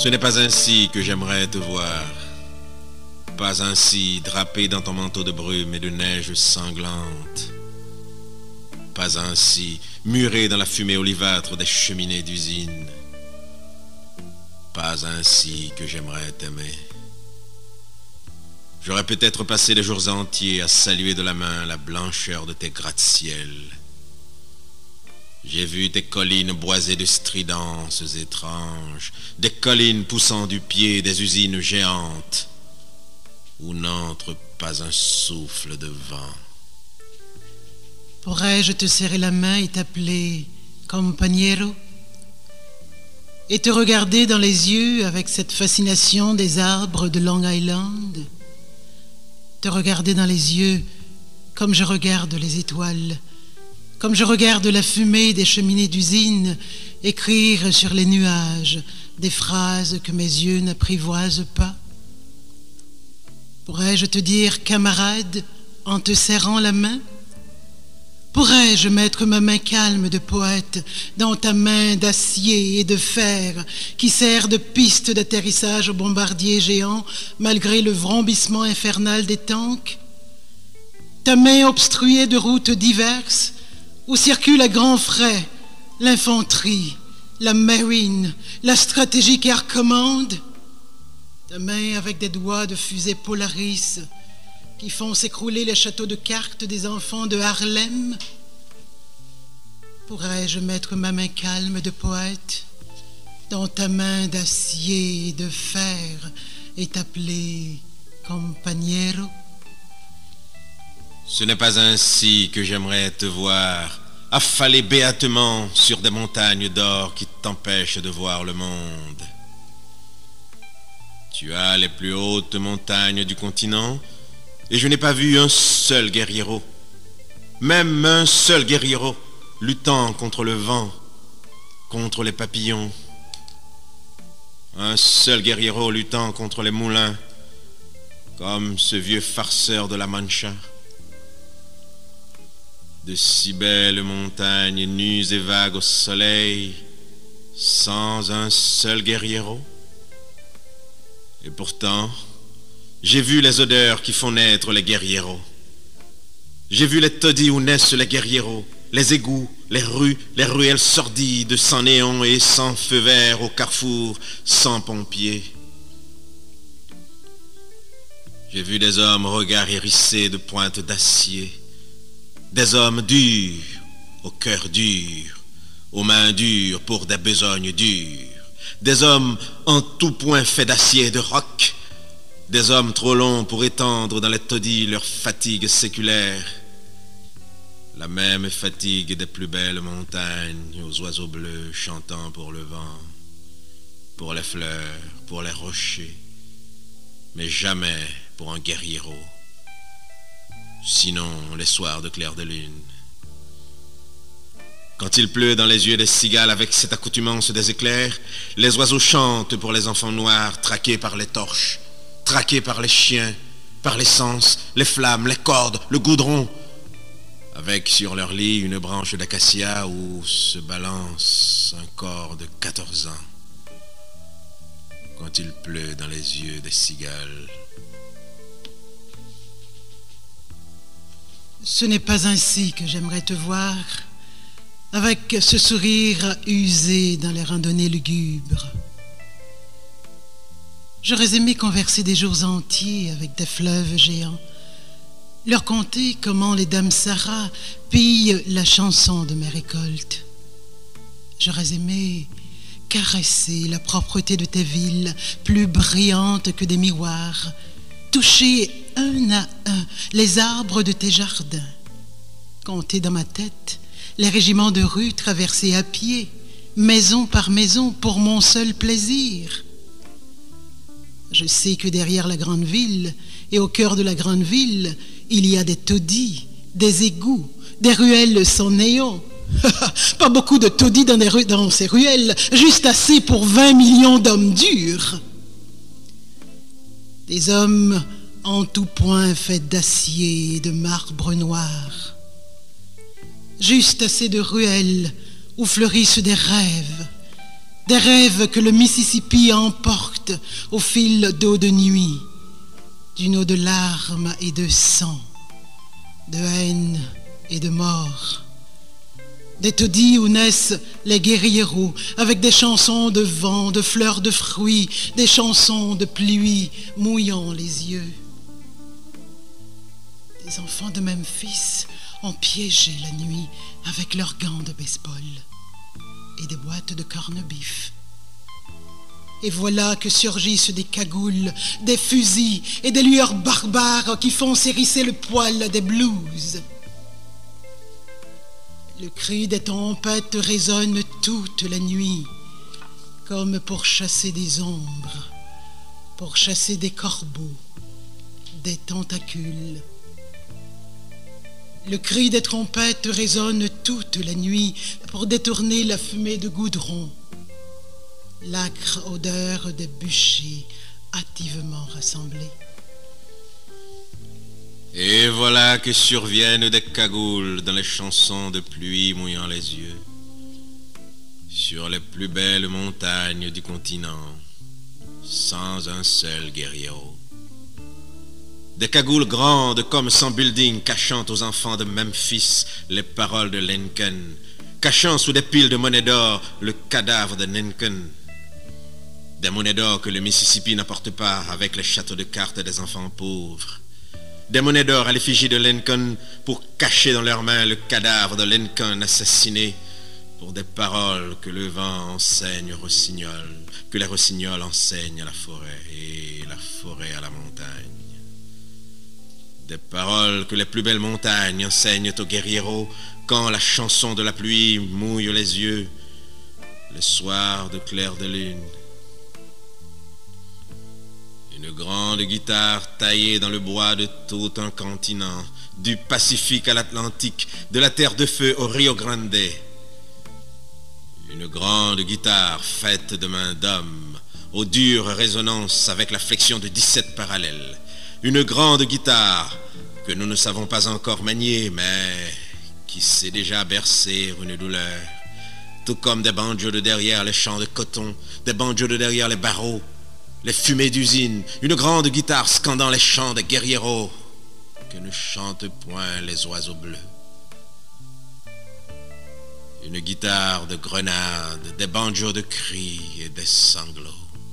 Ce n'est pas ainsi que j'aimerais te voir, pas ainsi drapé dans ton manteau de brume et de neige sanglante, pas ainsi muré dans la fumée olivâtre des cheminées d'usine, pas ainsi que j'aimerais t'aimer. J'aurais peut-être passé des jours entiers à saluer de la main la blancheur de tes gratte-ciel. J'ai vu tes collines boisées de stridences étranges, des collines poussant du pied des usines géantes, où n'entre pas un souffle de vent. Pourrais-je te serrer la main et t'appeler compagnero, et te regarder dans les yeux avec cette fascination des arbres de Long Island, te regarder dans les yeux comme je regarde les étoiles, comme je regarde la fumée des cheminées d'usine écrire sur les nuages des phrases que mes yeux n'apprivoisent pas? Pourrais-je te dire camarade en te serrant la main? Pourrais-je mettre ma main calme de poète dans ta main d'acier et de fer qui sert de piste d'atterrissage aux bombardiers géants malgré le vrombissement infernal des tanks? Ta main obstruée de routes diverses où circulent à grands frais l'infanterie, la marine, la stratégique air command? Ta main avec des doigts de fusée Polaris qui font s'écrouler les châteaux de cartes des enfants de Harlem? Pourrais-je mettre ma main calme de poète dans ta main d'acier et de fer et t'appeler compagnero? Ce n'est pas ainsi que j'aimerais te voir, affalé béatement sur des montagnes d'or qui t'empêchent de voir le monde. Tu as les plus hautes montagnes du continent, et je n'ai pas vu un seul guerriero, même un seul guerriero, luttant contre le vent, contre les papillons. Un seul guerriero luttant contre les moulins, comme ce vieux farceur de la Mancha. De si belles montagnes nues et vagues au soleil, sans un seul guerriero. Et pourtant, j'ai vu les odeurs qui font naître les guerrieros. J'ai vu les taudis où naissent les guerrieros, les égouts, les rues, les ruelles sordides, sans néon et sans feu vert au carrefour, sans pompiers. J'ai vu des hommes au regard hérissé de pointes d'acier, des hommes durs, au cœur dur, aux mains dures pour des besognes dures, des hommes en tout point faits d'acier et de roc, des hommes trop longs pour étendre dans les taudis leur fatigue séculaire, la même fatigue des plus belles montagnes aux oiseaux bleus chantant pour le vent, pour les fleurs, pour les rochers, mais jamais pour un guerriero, sinon les soirs de clair de lune. Quand il pleut dans les yeux des cigales avec cette accoutumance des éclairs, les oiseaux chantent pour les enfants noirs traqués par les torches, traqués par les chiens, par l'essence, les flammes, les cordes, le goudron, avec sur leur lit une branche d'acacia où se balance un corps de 14 ans. Quand il pleut dans les yeux des cigales. Ce n'est pas ainsi que j'aimerais te voir, avec ce sourire usé dans les randonnées lugubres. J'aurais aimé converser des jours entiers avec des fleuves géants, leur conter comment les dames Sarah pillent la chanson de mes récoltes. J'aurais aimé caresser la propreté de tes villes, plus brillantes que des miroirs, toucher un à un les arbres de tes jardins, compter dans ma tête les régiments de rues traversés à pied, maison par maison, pour mon seul plaisir. Je sais que derrière la grande ville et au cœur de la grande ville, il y a des taudis, des égouts, des ruelles sans néon. Pas beaucoup de taudis dans ces ruelles, juste assez pour 20 millions d'hommes durs. Des hommes en tout point faits d'acier et de marbre noir. Juste assez de ruelles où fleurissent des rêves, des rêves que le Mississippi emporte au fil d'eau de nuit, d'une eau de larmes et de sang, de haine et de mort. Des taudis où naissent les guerrieros, avec des chansons de vent, de fleurs de fruits, des chansons de pluie mouillant les yeux. Des enfants de Memphis ont piégé la nuit avec leurs gants de baseball et des boîtes de corned-beef. Et voilà que surgissent des cagoules, des fusils et des lueurs barbares qui font s'hérisser le poil des blues. Le cri des tempêtes résonne toute la nuit, comme pour chasser des ombres, pour chasser des corbeaux, des tentacules. Le cri des trompettes résonne toute la nuit pour détourner la fumée de goudron, l'âcre odeur des bûchers hâtivement rassemblés. Et voilà que surviennent des cagoules dans les chansons de pluie mouillant les yeux, sur les plus belles montagnes du continent, sans un seul guerriero. Des cagoules grandes comme 100 buildings cachant aux enfants de Memphis les paroles de Lincoln, cachant sous des piles de monnaie d'or le cadavre de Lincoln. Des monnaies d'or que le Mississippi n'apporte pas avec les châteaux de cartes des enfants pauvres. Des monnaies d'or à l'effigie de Lincoln pour cacher dans leurs mains le cadavre de Lincoln assassiné, pour des paroles que le vent enseigne aux rossignols, que les rossignols enseignent à la forêt et la forêt à la montagne. Des paroles que les plus belles montagnes enseignent aux guerrieros quand la chanson de la pluie mouille les yeux, le soir de clair de lune. Une grande guitare taillée dans le bois de tout un continent, du Pacifique à l'Atlantique, de la Terre de Feu au Rio Grande. Une grande guitare faite de mains d'homme, aux dures résonances avec la flexion de 17 parallèles. Une grande guitare que nous ne savons pas encore manier, mais qui sait déjà bercer une douleur, tout comme des banjos de derrière les champs de coton, des banjos de derrière les barreaux, les fumées d'usine, une grande guitare scandant les chants des guerrieros que ne chantent point les oiseaux bleus. Une guitare de grenade, des banjos de cris et des sanglots.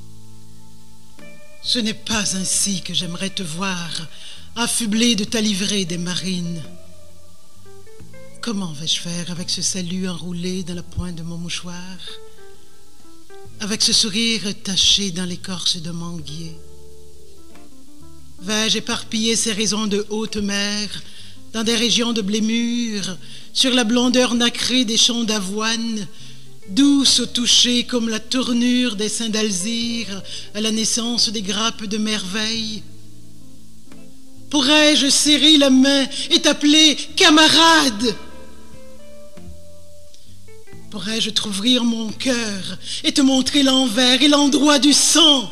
Ce n'est pas ainsi que j'aimerais te voir, affublé de ta livrée des marines. Comment vais-je faire avec ce salut enroulé dans la pointe de mon mouchoir, avec ce sourire taché dans l'écorce de manguier? Vais-je éparpiller ces raisons de haute mer dans des régions de blé mûr, sur la blondeur nacrée des champs d'avoine, douce au toucher comme la tournure des seins d'Alzire à la naissance des grappes de merveille? Pourrais-je serrer la main et t'appeler camarade? Pourrais-je t'ouvrir mon cœur et te montrer l'envers et l'endroit du sang?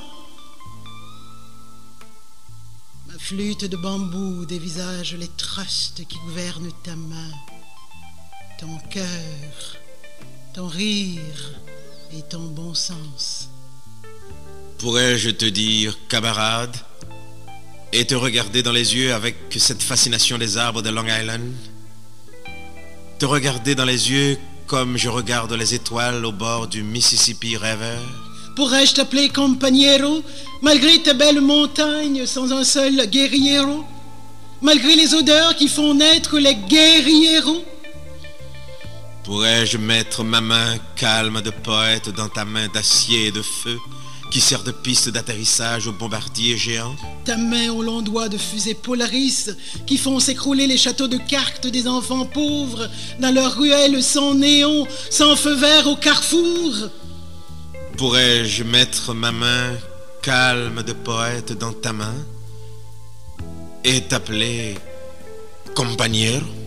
Ma flûte de bambou dévisage les trustes qui gouvernent ta main, ton cœur, ton rire et ton bon sens. Pourrais-je te dire camarade et te regarder dans les yeux avec cette fascination des arbres de Long Island? Te regarder dans les yeux comme je regarde les étoiles au bord du Mississippi rêveur? Pourrais-je t'appeler compagnero, malgré tes belles montagnes sans un seul guerriero, malgré les odeurs qui font naître les guerrieros? Pourrais-je mettre ma main calme de poète dans ta main d'acier et de feu qui sert de piste d'atterrissage aux bombardiers géants? Ta main aux longs doigts de fusée Polaris qui font s'écrouler les châteaux de cartes des enfants pauvres dans leurs ruelles sans néon, sans feu vert au carrefour? Pourrais-je mettre ma main calme de poète dans ta main et t'appeler compagnero?